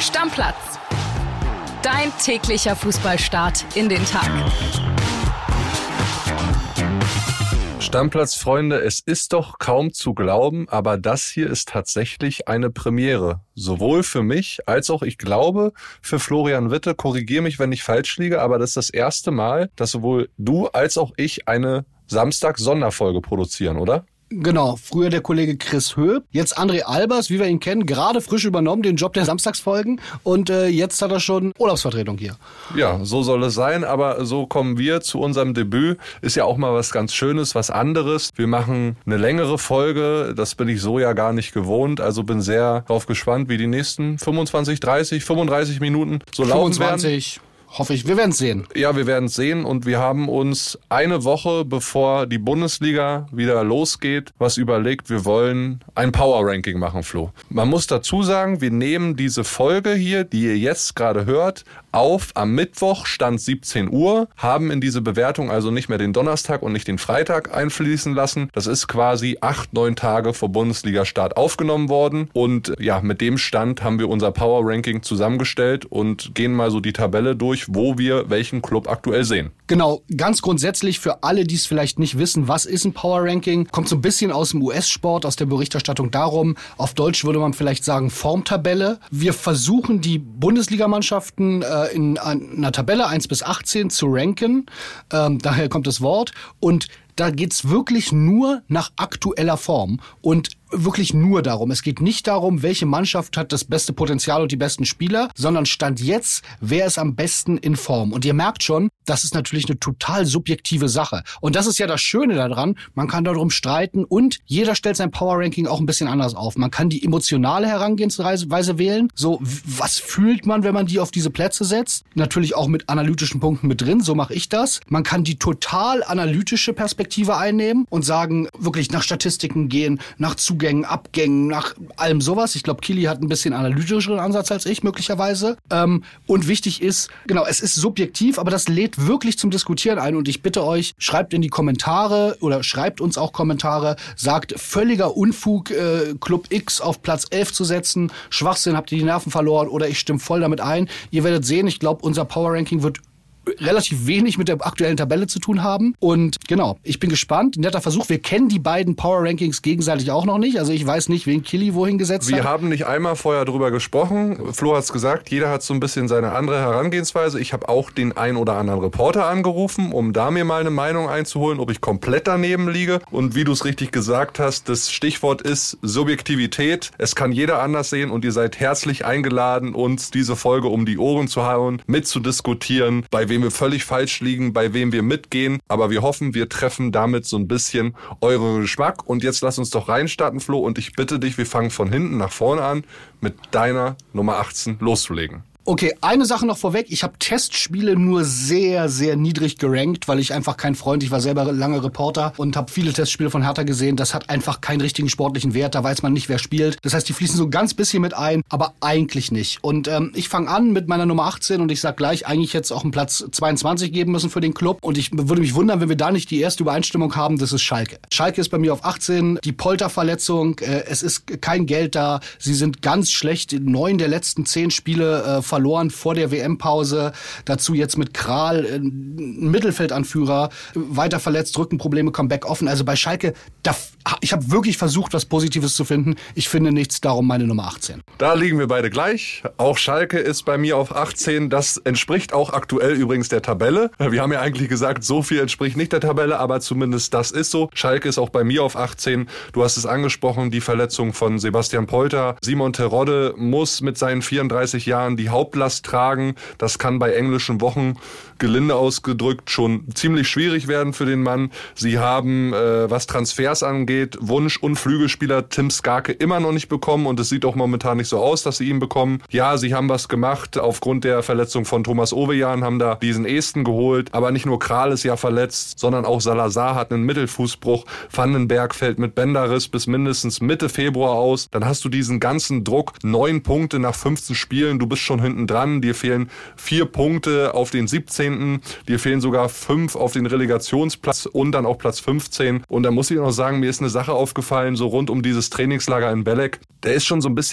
Stammplatz. Dein täglicher Fußballstart in den Tag. Stammplatz-Freunde, es ist doch kaum zu glauben, aber das hier ist tatsächlich eine Premiere. Sowohl für mich als auch, ich glaube, für Florian Witte. Korrigiere mich, wenn ich falsch liege, aber das ist das erste Mal, dass sowohl du als auch ich eine Samstags-Sonderfolge produzieren, oder? Genau, früher der Kollege Chris Höh, jetzt André Albers, wie wir ihn kennen, gerade frisch übernommen, den Job der Samstagsfolgen und jetzt hat er schon Urlaubsvertretung hier. Ja, so soll es sein, aber so kommen wir zu unserem Debüt. Ist ja auch mal was ganz Schönes, was anderes. Wir machen eine längere Folge, das bin ich so ja gar nicht gewohnt, also bin sehr drauf gespannt, wie die nächsten 25, 30, 35 Minuten so laufen werden. 25. Hoffe ich. Wir werden es sehen. Ja, wir werden es sehen und wir haben uns eine Woche, bevor die Bundesliga wieder losgeht, was überlegt, wir wollen ein Power-Ranking machen, Flo. Man muss dazu sagen, wir nehmen diese Folge hier, die ihr jetzt gerade hört, auf am Mittwoch, Stand 17 Uhr, haben in diese Bewertung also nicht mehr den Donnerstag und nicht den Freitag einfließen lassen. Das ist quasi 8-9 Tage vor Bundesliga-Start aufgenommen worden und ja, mit dem Stand haben wir unser Power-Ranking zusammengestellt und gehen mal so die Tabelle durch, wo wir welchen Club aktuell sehen. Genau, ganz grundsätzlich für alle, die es vielleicht nicht wissen, was ist ein Power Ranking, kommt so ein bisschen aus dem US-Sport, aus der Berichterstattung darum. Auf Deutsch würde man vielleicht sagen Formtabelle. Wir versuchen die Bundesligamannschaften in einer Tabelle 1 bis 18 zu ranken. Daher kommt das Wort. Und da geht's wirklich nur nach aktueller Form und wirklich nur darum. Es geht nicht darum, welche Mannschaft hat das beste Potenzial und die besten Spieler, sondern Stand jetzt, wer ist am besten in Form. Und ihr merkt schon, das ist natürlich eine total subjektive Sache. Und das ist ja das Schöne daran, man kann darum streiten und jeder stellt sein Power-Ranking auch ein bisschen anders auf. Man kann die emotionale Herangehensweise wählen. So, was fühlt man, wenn man die auf diese Plätze setzt? Natürlich auch mit analytischen Punkten mit drin, so mache ich das. Man kann die total analytische Perspektive einnehmen und sagen, wirklich nach Statistiken gehen, nach Zugängen, Abgängen, nach allem sowas. Ich glaube, Kili hat ein bisschen analytischeren Ansatz als ich, möglicherweise. Und wichtig ist, genau, es ist subjektiv, aber das lädt wirklich zum Diskutieren ein. Und ich bitte euch, schreibt in die Kommentare oder schreibt uns auch Kommentare, sagt, völliger Unfug, Club X auf Platz 11 zu setzen, Schwachsinn, habt ihr die Nerven verloren oder ich stimme voll damit ein. Ihr werdet sehen, ich glaube, unser Power-Ranking wird relativ wenig mit der aktuellen Tabelle zu tun haben. Und genau, ich bin gespannt. Netter Versuch. Wir kennen die beiden Power-Rankings gegenseitig auch noch nicht. Also ich weiß nicht, wen Kili wohin gesetzt hat. Wir haben nicht einmal vorher drüber gesprochen. Flo hat es gesagt, jeder hat so ein bisschen seine andere Herangehensweise. Ich habe auch den ein oder anderen Reporter angerufen, um da mir mal eine Meinung einzuholen, ob ich komplett daneben liege. Und wie du es richtig gesagt hast, das Stichwort ist Subjektivität. Es kann jeder anders sehen und ihr seid herzlich eingeladen, uns diese Folge um die Ohren zu hauen, mitzudiskutieren, bei wem wir völlig falsch liegen, bei wem wir mitgehen. Aber wir hoffen, wir treffen damit so ein bisschen euren Geschmack. Und jetzt lass uns doch reinstarten, Flo. Und ich bitte dich, wir fangen von hinten nach vorne an, mit deiner Nummer 18 loszulegen. Okay, eine Sache noch vorweg. Ich habe Testspiele nur sehr, sehr niedrig gerankt, weil ich einfach kein Freund, ich war selber lange Reporter und habe viele Testspiele von Hertha gesehen. Das hat einfach keinen richtigen sportlichen Wert, da weiß man nicht, wer spielt. Das heißt, die fließen so ganz bisschen mit ein, aber eigentlich nicht. Und ich fange an mit meiner Nummer 18 und ich sag gleich, eigentlich jetzt auch einen Platz 22 geben müssen für den Club. Und ich würde mich wundern, wenn wir da nicht die erste Übereinstimmung haben, das ist Schalke. Schalke ist bei mir auf 18, die Polterverletzung, es ist kein Geld da, sie sind ganz schlecht, 9 der letzten 10 Spiele verloren vor der WM-Pause. Dazu jetzt mit Kral, ein Mittelfeldanführer, weiter verletzt, Rückenprobleme, Comeback offen. Also bei Schalke, ich habe wirklich versucht, was Positives zu finden. Ich finde nichts, darum meine Nummer 18. Da liegen wir beide gleich. Auch Schalke ist bei mir auf 18. Das entspricht auch aktuell übrigens der Tabelle. Wir haben ja eigentlich gesagt, so viel entspricht nicht der Tabelle, aber zumindest das ist so. Schalke ist auch bei mir auf 18. Du hast es angesprochen, die Verletzung von Sebastian Polter. Simon Terodde muss mit seinen 34 Jahren die Hauptlast tragen. Das kann bei englischen Wochen, gelinde ausgedrückt, schon ziemlich schwierig werden für den Mann. Sie haben, was Transfers angeht, Wunsch- und Flügelspieler Tim Skarke immer noch nicht bekommen und es sieht auch momentan nicht so aus, dass sie ihn bekommen. Ja, sie haben was gemacht aufgrund der Verletzung von Thomas Ovejan, haben da diesen Esten geholt, aber nicht nur Kral ist ja verletzt, sondern auch Salazar hat einen Mittelfußbruch. Vandenberg fällt mit Bänderriss bis mindestens Mitte Februar aus. Dann hast du diesen ganzen Druck, 9 Punkte nach 15 Spielen, du bist schon hinten dran, dir fehlen 4 Punkte auf den 17., dir fehlen sogar 5 auf den Relegationsplatz und dann auch Platz 15. Und da muss ich noch sagen, mir ist eine Sache aufgefallen, so rund um dieses Trainingslager in Belek, der ist schon so ein bisschen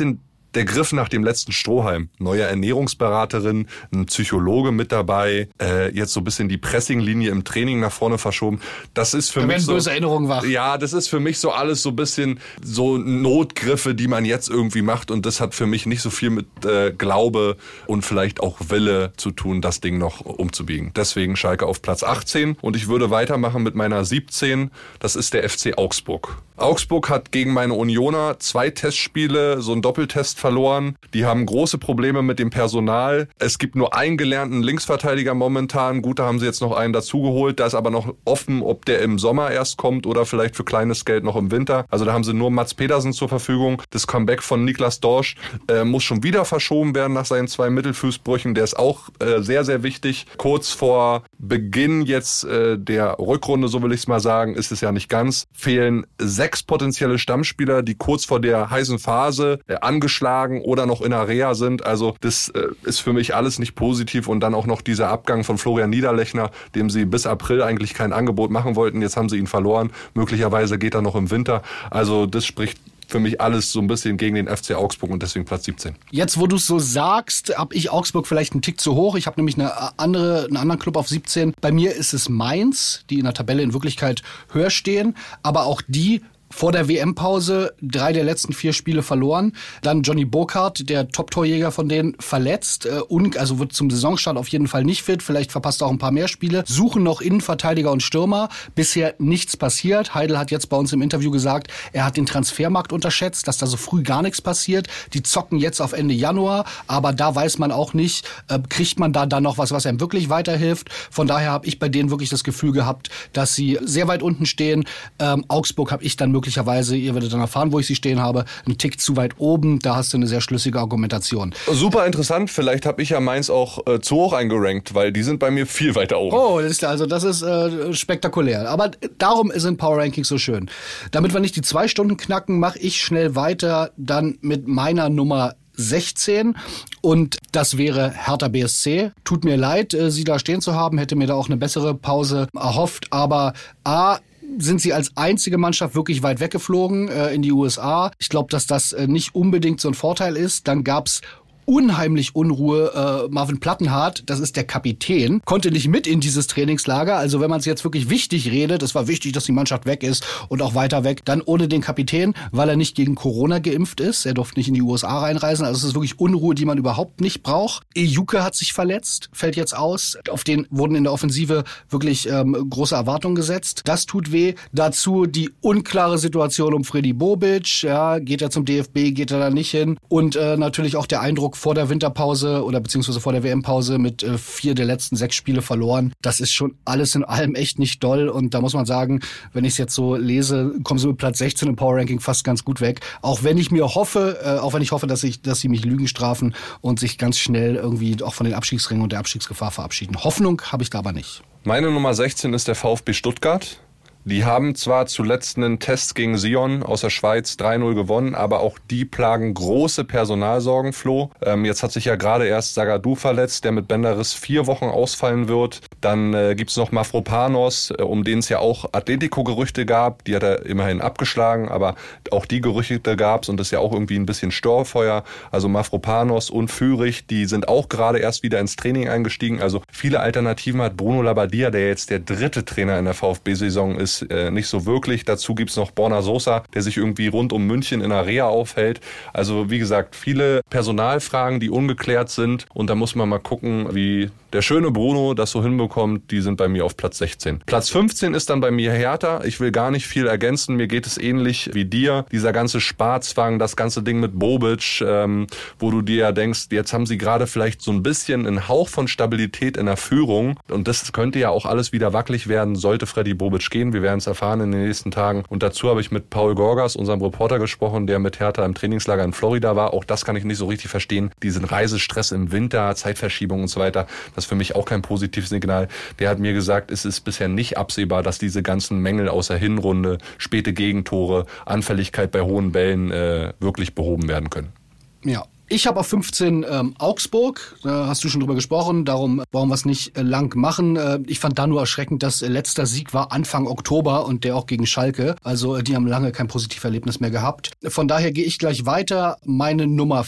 der Griff nach dem letzten Strohhalm. Neue Ernährungsberaterin, ein Psychologe mit dabei, jetzt so ein bisschen die Pressinglinie im Training nach vorne verschoben. Das ist für mich so... böse Erinnerungen wach. Ja, das ist für mich so alles so ein bisschen so Notgriffe, die man jetzt irgendwie macht. Und das hat für mich nicht so viel mit Glaube und vielleicht auch Wille zu tun, das Ding noch umzubiegen. Deswegen Schalke auf Platz 18. Und ich würde weitermachen mit meiner 17. Das ist der FC Augsburg. Augsburg hat gegen meine Unioner 2 Testspiele, so einen Doppeltest verloren. Die haben große Probleme mit dem Personal. Es gibt nur einen gelernten Linksverteidiger momentan. Gut, da haben sie jetzt noch einen dazugeholt. Da ist aber noch offen, ob der im Sommer erst kommt oder vielleicht für kleines Geld noch im Winter. Also da haben sie nur Mats Pedersen zur Verfügung. Das Comeback von Niklas Dorsch muss schon wieder verschoben werden nach seinen 2 Mittelfußbrüchen. Der ist auch sehr, sehr wichtig. Kurz vor Beginn jetzt der Rückrunde, so will ich es mal sagen, ist es ja nicht ganz, fehlen 6 potenzielle Stammspieler, die kurz vor der heißen Phase angeschlagen oder noch in der Reha sind. Also das ist für mich alles nicht positiv. Und dann auch noch dieser Abgang von Florian Niederlechner, dem sie bis April eigentlich kein Angebot machen wollten. Jetzt haben sie ihn verloren. Möglicherweise geht er noch im Winter. Also das spricht für mich alles so ein bisschen gegen den FC Augsburg und deswegen Platz 17. Jetzt, wo du es so sagst, habe ich Augsburg vielleicht einen Tick zu hoch. Ich habe nämlich einen anderen Club auf 17. Bei mir ist es Mainz, die in der Tabelle in Wirklichkeit höher stehen, aber auch die vor der WM-Pause 3 der letzten 4 Spiele verloren. Dann Johnny Burkhardt, der Top-Torjäger von denen, verletzt. Also wird zum Saisonstart auf jeden Fall nicht fit. Vielleicht verpasst er auch ein paar mehr Spiele. Suchen noch Innenverteidiger und Stürmer. Bisher nichts passiert. Heidel hat jetzt bei uns im Interview gesagt, er hat den Transfermarkt unterschätzt, dass da so früh gar nichts passiert. Die zocken jetzt auf Ende Januar. Aber da weiß man auch nicht, kriegt man da dann noch was einem wirklich weiterhilft. Von daher habe ich bei denen wirklich das Gefühl gehabt, dass sie sehr weit unten stehen. Augsburg habe ich dann möglicherweise, ihr werdet dann erfahren, wo ich sie stehen habe, einen Tick zu weit oben. Da hast du eine sehr schlüssige Argumentation. Super interessant. Vielleicht habe ich ja Mainz auch zu hoch eingerankt, weil die sind bei mir viel weiter oben. Oh, das ist spektakulär. Aber darum sind Power Rankings so schön. Damit wir nicht die 2 Stunden knacken, mache ich schnell weiter dann mit meiner Nummer 16 und das wäre Hertha BSC. Tut mir leid, sie da stehen zu haben, hätte mir da auch eine bessere Pause erhofft, aber sind sie als einzige Mannschaft wirklich weit weggeflogen in die USA. Ich glaube, dass das nicht unbedingt so ein Vorteil ist. Dann gab's unheimlich Unruhe. Marvin Plattenhardt, das ist der Kapitän, konnte nicht mit in dieses Trainingslager. Also wenn man es jetzt wirklich wichtig redet, es war wichtig, dass die Mannschaft weg ist und auch weiter weg, dann ohne den Kapitän, weil er nicht gegen Corona geimpft ist. Er durfte nicht in die USA reinreisen. Also es ist wirklich Unruhe, die man überhaupt nicht braucht. Ejuke hat sich verletzt, fällt jetzt aus. Auf den wurden in der Offensive wirklich große Erwartungen gesetzt. Das tut weh. Dazu die unklare Situation um Freddy Bobic. Ja, geht er zum DFB, geht er da nicht hin? Und natürlich auch der Eindruck vor der Winterpause oder beziehungsweise vor der WM-Pause mit 4 der letzten 6 Spiele verloren. Das ist schon alles in allem echt nicht doll. Und da muss man sagen, wenn ich es jetzt so lese, kommen sie mit Platz 16 im Power Ranking fast ganz gut weg. Auch wenn ich hoffe, dass sie mich Lügen strafen und sich ganz schnell irgendwie auch von den Abstiegsrängen und der Abstiegsgefahr verabschieden. Hoffnung habe ich da aber nicht. Meine Nummer 16 ist der VfB Stuttgart. Die haben zwar zuletzt einen Test gegen Sion aus der Schweiz 3-0 gewonnen, aber auch die plagen große Personalsorgen, Flo. Jetzt hat sich ja gerade erst Zagadou verletzt, der mit Bänderriss 4 Wochen ausfallen wird. Dann gibt's noch Mafropanos, um den es ja auch Atletico-Gerüchte gab. Die hat er immerhin abgeschlagen, aber auch die Gerüchte gab's und das ist ja auch irgendwie ein bisschen Störfeuer. Also Mafropanos und Führig, die sind auch gerade erst wieder ins Training eingestiegen. Also viele Alternativen hat Bruno Labbadia, der jetzt der 3. Trainer in der VfB-Saison ist, nicht so wirklich. Dazu gibt's noch Borna Sosa, der sich irgendwie rund um München in der Reha aufhält. Also wie gesagt, viele Personalfragen, die ungeklärt sind. Und da muss man mal gucken, wie der schöne Bruno das so hinbekommt. Die sind bei mir auf Platz 16. Platz 15 ist dann bei mir Hertha. Ich will gar nicht viel ergänzen. Mir geht es ähnlich wie dir. Dieser ganze Sparzwang, das ganze Ding mit Bobic, wo du dir ja denkst, jetzt haben sie gerade vielleicht so ein bisschen einen Hauch von Stabilität in der Führung. Und das könnte ja auch alles wieder wackelig werden, sollte Freddy Bobic gehen. Wir werden es erfahren in den nächsten Tagen. Und dazu habe ich mit Paul Gorgas, unserem Reporter, gesprochen, der mit Hertha im Trainingslager in Florida war. Auch das kann ich nicht so richtig verstehen. Diesen Reisestress im Winter, Zeitverschiebung und so weiter, das ist für mich auch kein positives Signal. Der hat mir gesagt, es ist bisher nicht absehbar, dass diese ganzen Mängel aus der Hinrunde, späte Gegentore, Anfälligkeit bei hohen Bällen wirklich behoben werden können. Ja. Ich habe auf 15 Augsburg, da hast du schon drüber gesprochen, darum wollen wir es nicht lang machen. Ich fand da nur erschreckend, dass letzter Sieg war Anfang Oktober und der auch gegen Schalke. Also die haben lange kein Positiverlebnis mehr gehabt. Von daher gehe ich gleich weiter. Meine Nummer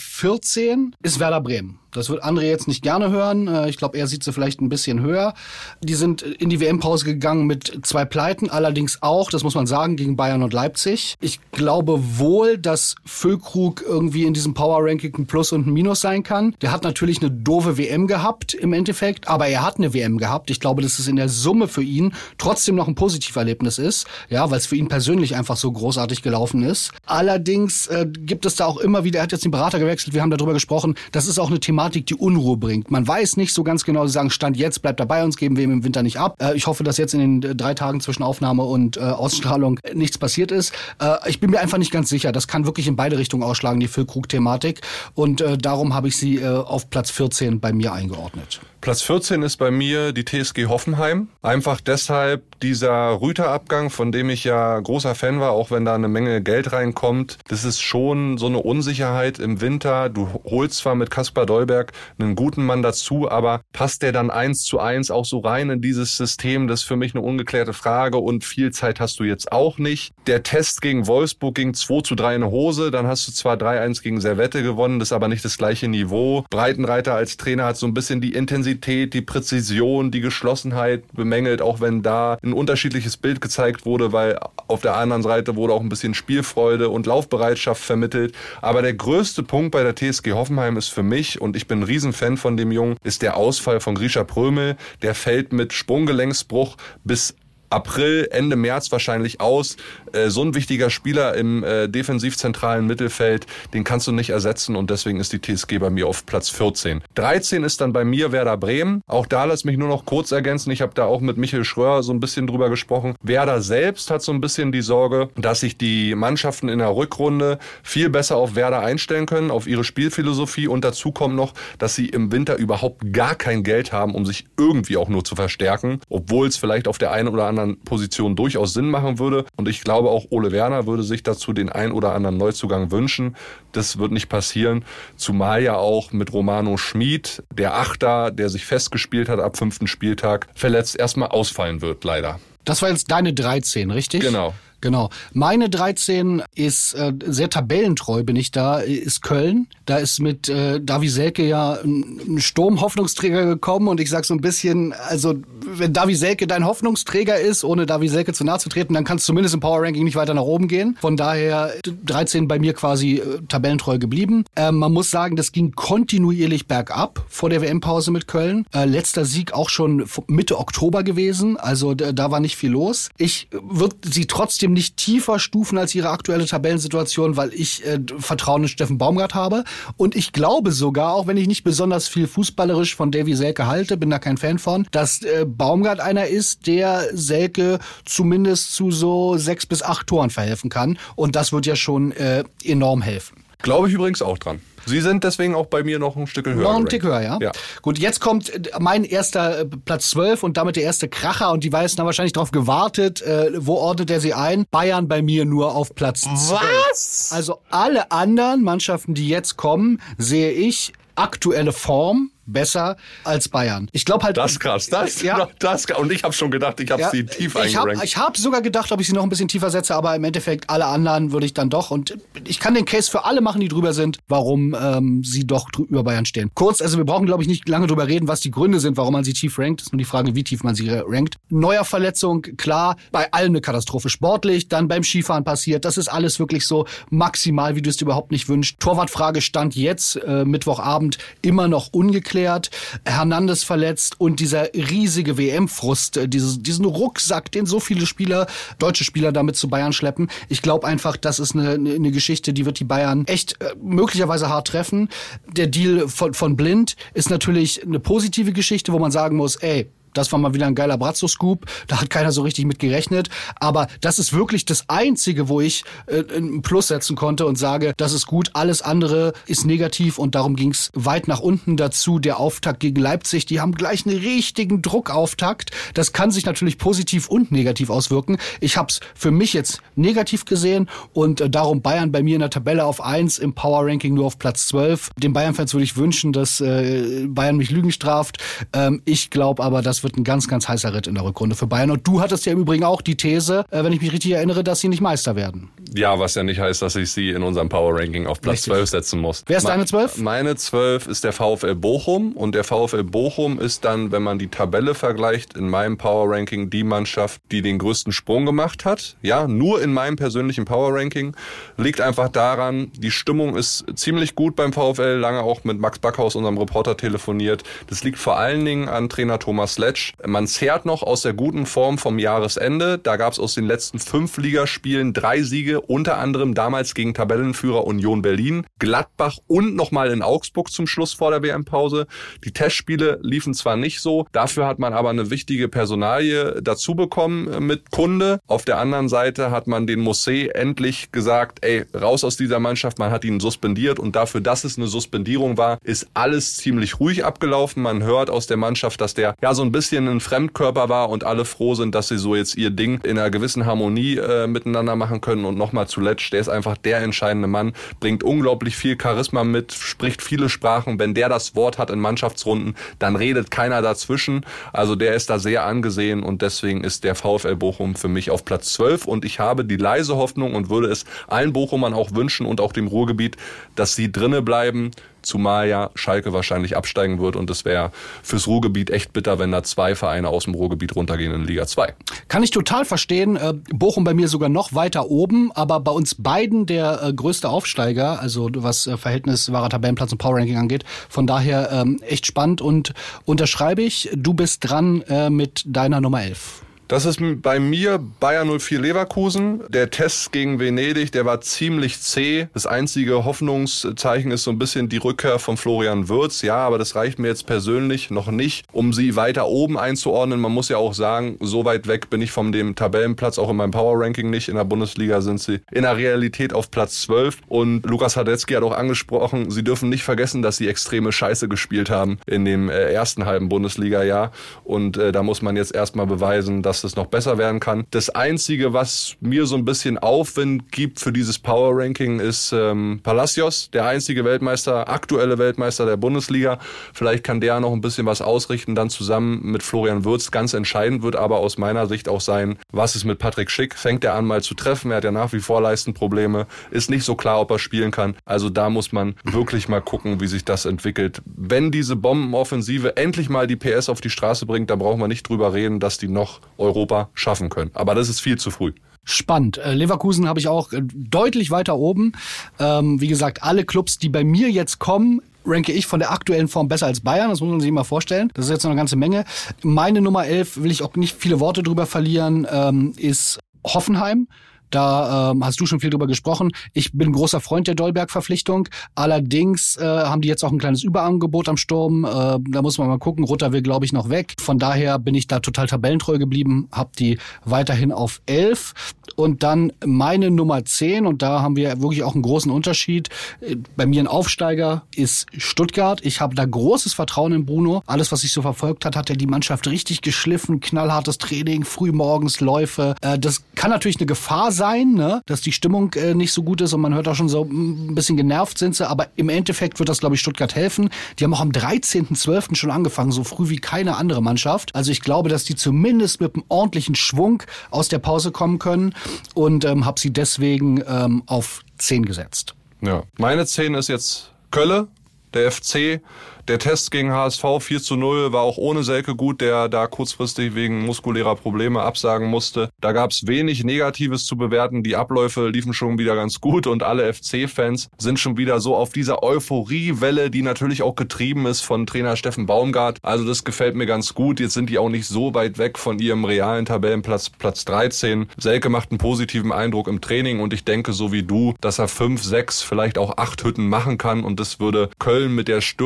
14 ist Werder Bremen. Das wird André jetzt nicht gerne hören. Ich glaube, er sieht sie vielleicht ein bisschen höher. Die sind in die WM-Pause gegangen mit 2 Pleiten, allerdings auch, das muss man sagen, gegen Bayern und Leipzig. Ich glaube wohl, dass Füllkrug irgendwie in diesem Power-Ranking ein Plus und ein Minus sein kann. Der hat natürlich eine doofe WM gehabt im Endeffekt, aber er hat eine WM gehabt. Ich glaube, dass es in der Summe für ihn trotzdem noch ein Positiverlebnis ist, ja, weil es für ihn persönlich einfach so großartig gelaufen ist. Allerdings gibt es da auch immer wieder, er hat jetzt den Berater gewechselt, wir haben darüber gesprochen, das ist auch eine Thematik, die Unruhe bringt. Man weiß nicht so ganz genau, sie sagen, Stand jetzt, bleibt er bei uns, geben wir ihm im Winter nicht ab. Ich hoffe, dass jetzt in den 3 Tagen zwischen Aufnahme und Ausstrahlung nichts passiert ist. Ich bin mir einfach nicht ganz sicher. Das kann wirklich in beide Richtungen ausschlagen, die Füllkrug-Thematik. Und darum habe ich sie auf Platz 14 bei mir eingeordnet. Platz 14 ist bei mir die TSG Hoffenheim. Einfach deshalb dieser Rüther-Abgang, von dem ich ja großer Fan war, auch wenn da eine Menge Geld reinkommt. Das ist schon so eine Unsicherheit im Winter. Du holst zwar mit Kaspar Dolberg einen guten Mann dazu, aber passt der dann 1:1 auch so rein in dieses System? Das ist für mich eine ungeklärte Frage und viel Zeit hast du jetzt auch nicht. Der Test gegen Wolfsburg ging 2:3 in die Hose. Dann hast du zwar 3:1 gegen Servette gewonnen, das ist aber nicht das gleiche Niveau. Breitenreiter als Trainer hat so ein bisschen die Intensität, die Präzision, die Geschlossenheit bemängelt, auch wenn da ein unterschiedliches Bild gezeigt wurde, weil auf der anderen Seite wurde auch ein bisschen Spielfreude und Laufbereitschaft vermittelt. Aber der größte Punkt bei der TSG Hoffenheim ist für mich, und ich bin ein Riesenfan von dem Jungen, ist der Ausfall von Grisha Prömel. Der fällt mit Sprunggelenksbruch bis April, Ende März wahrscheinlich aus. So ein wichtiger Spieler im defensiv-zentralen Mittelfeld, den kannst du nicht ersetzen und deswegen ist die TSG bei mir auf Platz 14. 13 ist dann bei mir Werder Bremen. Auch da lass mich nur noch kurz ergänzen. Ich habe da auch mit Michael Schröer so ein bisschen drüber gesprochen. Werder selbst hat so ein bisschen die Sorge, dass sich die Mannschaften in der Rückrunde viel besser auf Werder einstellen können, auf ihre Spielphilosophie und dazu kommt noch, dass sie im Winter überhaupt gar kein Geld haben, um sich irgendwie auch nur zu verstärken, obwohl es vielleicht auf der einen oder anderen Position durchaus Sinn machen würde. Und ich glaube auch Ole Werner würde sich dazu den ein oder anderen Neuzugang wünschen. Das wird nicht passieren. Zumal ja auch mit Romano Schmid, der Achter, der sich festgespielt hat ab 5. Spieltag, verletzt erstmal ausfallen wird, leider. Das war jetzt deine 13, richtig? Genau. Meine 13 ist sehr tabellentreu, bin ich da, ist Köln. Da ist mit Davy Selke ja ein Sturm-Hoffnungsträger gekommen und ich sag so ein bisschen, also wenn Davy Selke dein Hoffnungsträger ist, ohne Davy Selke zu nahe zu treten, dann kannst du zumindest im Power-Ranking nicht weiter nach oben gehen. Von daher 13 bei mir quasi tabellentreu geblieben. Man muss sagen, das ging kontinuierlich bergab vor der WM-Pause mit Köln. Letzter Sieg auch schon Mitte Oktober gewesen, also da war nicht viel los. Ich würde sie trotzdem nicht tiefer stufen als ihre aktuelle Tabellensituation, weil ich Vertrauen in Steffen Baumgart habe. Und ich glaube sogar, auch wenn ich nicht besonders viel fußballerisch von Davy Selke halte, bin da kein Fan von, dass Baumgart einer ist, der Selke zumindest zu so 6 bis 8 Toren verhelfen kann. Und das wird ja schon enorm helfen. Glaube ich übrigens auch dran. Sie sind deswegen auch bei mir noch ein Stück höher. Noch ein Tick höher, ja? Gut, jetzt kommt mein erster Platz 12 und damit der erste Kracher und die Weißen haben wahrscheinlich darauf gewartet. Wo ordnet er sie ein? Bayern bei mir nur auf Platz 12. Was? Also alle anderen Mannschaften, die jetzt kommen, sehe ich aktuelle Form besser als Bayern. Ich glaube halt... Das ist krass. Und ich habe schon gedacht, ich habe sie tief eingerankt. Ich habe sogar gedacht, ob ich sie noch ein bisschen tiefer setze, aber im Endeffekt alle anderen würde ich dann doch. Und ich kann den Case für alle machen, die drüber sind, warum sie doch über Bayern stehen. Kurz, also wir brauchen, glaube ich, nicht lange drüber reden, was die Gründe sind, warum man sie tief rankt. Das ist nur die Frage, wie tief man sie rankt. Neuer-Verletzung, klar, bei allen eine Katastrophe. Sportlich, dann beim Skifahren passiert. Das ist alles wirklich so maximal, wie du es dir überhaupt nicht wünschst. Torwartfrage stand jetzt, Mittwochabend, immer noch ungeklärt. Hernandez verletzt und dieser riesige WM-Frust, diesen Rucksack, den so viele deutsche Spieler damit zu Bayern schleppen. Ich glaube einfach, das ist eine Geschichte, die wird die Bayern echt möglicherweise hart treffen. Der Deal von Blind ist natürlich eine positive Geschichte, wo man sagen muss, Das war mal wieder ein geiler Brazzo-Scoop. Da hat keiner so richtig mit gerechnet. Aber das ist wirklich das Einzige, wo ich ein Plus setzen konnte und sage, das ist gut. Alles andere ist negativ und darum ging es weit nach unten. Dazu der Auftakt gegen Leipzig. Die haben gleich einen richtigen Druckauftakt. Das kann sich natürlich positiv und negativ auswirken. Ich habe es für mich jetzt negativ gesehen und darum Bayern bei mir in der Tabelle auf 1, im Power-Ranking nur auf Platz 12. Den Bayern-Fans würde ich wünschen, dass Bayern mich Lügen straft. Ich glaube aber, das wird ein ganz, ganz heißer Ritt in der Rückrunde für Bayern. Und du hattest ja im Übrigen auch die These, wenn ich mich richtig erinnere, dass sie nicht Meister werden. Ja, was ja nicht heißt, dass ich sie in unserem Power-Ranking auf Platz 12 setzen muss. Wer ist deine 12? Meine 12 ist der VfL Bochum. Und der VfL Bochum ist dann, wenn man die Tabelle vergleicht, in meinem Power-Ranking die Mannschaft, die den größten Sprung gemacht hat. Ja, nur in meinem persönlichen Power-Ranking. Liegt einfach daran, die Stimmung ist ziemlich gut beim VfL. Lange auch mit Max Backhaus, unserem Reporter, telefoniert. Das liegt vor allen Dingen an Trainer Thomas Letsch. Man zehrt noch aus der guten Form vom Jahresende. Da gab es aus den letzten 5 Ligaspielen 3 Siege, unter anderem damals gegen Tabellenführer Union Berlin, Gladbach und nochmal in Augsburg zum Schluss vor der WM-Pause. Die Testspiele liefen zwar nicht so, dafür hat man aber eine wichtige Personalie dazu bekommen mit Kunde. Auf der anderen Seite hat man den Mousset endlich gesagt, ey, raus aus dieser Mannschaft. Man hat ihn suspendiert und dafür, dass es eine Suspendierung war, ist alles ziemlich ruhig abgelaufen. Man hört aus der Mannschaft, dass der ja so ein bisschen ein Fremdkörper war und alle froh sind, dass sie so jetzt ihr Ding in einer gewissen Harmonie miteinander machen können. Und nochmal zu Letsch, der ist einfach der entscheidende Mann, bringt unglaublich viel Charisma mit, spricht viele Sprachen. Wenn der das Wort hat in Mannschaftsrunden, dann redet keiner dazwischen. Also der ist da sehr angesehen und deswegen ist der VfL Bochum für mich auf Platz 12. Und ich habe die leise Hoffnung und würde es allen Bochumern auch wünschen und auch dem Ruhrgebiet, dass sie drinne bleiben. Zumal ja Schalke wahrscheinlich absteigen wird und es wäre fürs Ruhrgebiet echt bitter, wenn da 2 Vereine aus dem Ruhrgebiet runtergehen in Liga 2. Kann ich total verstehen. Bochum bei mir sogar noch weiter oben, aber bei uns beiden der größte Aufsteiger, also was Verhältnis wahrer Tabellenplatz und Power-Ranking angeht. Von daher echt spannend und unterschreibe ich. Du bist dran mit deiner Nummer 11. Das ist bei mir Bayer 04 Leverkusen. Der Test gegen Venedig, der war ziemlich zäh. Das einzige Hoffnungszeichen ist so ein bisschen die Rückkehr von Florian Wirtz. Ja, aber das reicht mir jetzt persönlich noch nicht, um sie weiter oben einzuordnen. Man muss ja auch sagen, so weit weg bin ich von dem Tabellenplatz, auch in meinem Power-Ranking nicht. In der Bundesliga sind sie in der Realität auf Platz 12. Und Lukas Hradecky hat auch angesprochen, sie dürfen nicht vergessen, dass sie extreme Scheiße gespielt haben in dem ersten halben Bundesliga-Jahr. Und da muss man jetzt erstmal beweisen, dass es noch besser werden kann. Das Einzige, was mir so ein bisschen Aufwind gibt für dieses Power-Ranking, ist Palacios, der einzige Weltmeister, aktuelle Weltmeister der Bundesliga. Vielleicht kann der noch ein bisschen was ausrichten, dann zusammen mit Florian Wirtz. Ganz entscheidend wird aber aus meiner Sicht auch sein, was ist mit Patrick Schick? Fängt er an mal zu treffen? Er hat ja nach wie vor Leistenprobleme. Ist nicht so klar, ob er spielen kann. Also da muss man wirklich mal gucken, wie sich das entwickelt. Wenn diese Bombenoffensive endlich mal die PS auf die Straße bringt, dann brauchen wir nicht drüber reden, dass die noch Europa schaffen können. Aber das ist viel zu früh. Spannend. Leverkusen habe ich auch deutlich weiter oben. Wie gesagt, alle Clubs, die bei mir jetzt kommen, ranke ich von der aktuellen Form besser als Bayern. Das muss man sich mal vorstellen. Das ist jetzt noch eine ganze Menge. Meine Nummer 11, will ich auch nicht viele Worte drüber verlieren, ist Hoffenheim. Da hast du schon viel drüber gesprochen. Ich bin großer Freund der Dolberg-Verpflichtung. Allerdings haben die jetzt auch ein kleines Überangebot am Sturm. Da muss man mal gucken. Rutter will, glaube ich, noch weg. Von daher bin ich da total tabellentreu geblieben. Hab die weiterhin auf 11. Und dann meine Nummer 10. Und da haben wir wirklich auch einen großen Unterschied. Bei mir ein Aufsteiger ist Stuttgart. Ich habe da großes Vertrauen in Bruno. Alles, was ich so verfolgt hat er die Mannschaft richtig geschliffen. Knallhartes Training, frühmorgens Läufe. Das kann natürlich eine Gefahr sein, ne? Dass die Stimmung nicht so gut ist und man hört auch schon so ein bisschen genervt sind sie, aber im Endeffekt wird das, glaube ich, Stuttgart helfen. Die haben auch am 13.12. schon angefangen, so früh wie keine andere Mannschaft. Also ich glaube, dass die zumindest mit einem ordentlichen Schwung aus der Pause kommen können und habe sie deswegen auf 10 gesetzt. Ja, meine 10 ist jetzt Kölle, der FC. Der Test gegen HSV 4:0 war auch ohne Selke gut, der da kurzfristig wegen muskulärer Probleme absagen musste. Da gab es wenig Negatives zu bewerten. Die Abläufe liefen schon wieder ganz gut und alle FC-Fans sind schon wieder so auf dieser Euphoriewelle, die natürlich auch getrieben ist von Trainer Steffen Baumgart. Also das gefällt mir ganz gut. Jetzt sind die auch nicht so weit weg von ihrem realen Tabellenplatz, Platz 13. Selke macht einen positiven Eindruck im Training und ich denke so wie du, dass er 5, 6, vielleicht auch 8 Hütten machen kann und das würde Köln mit der Stürmerproblematik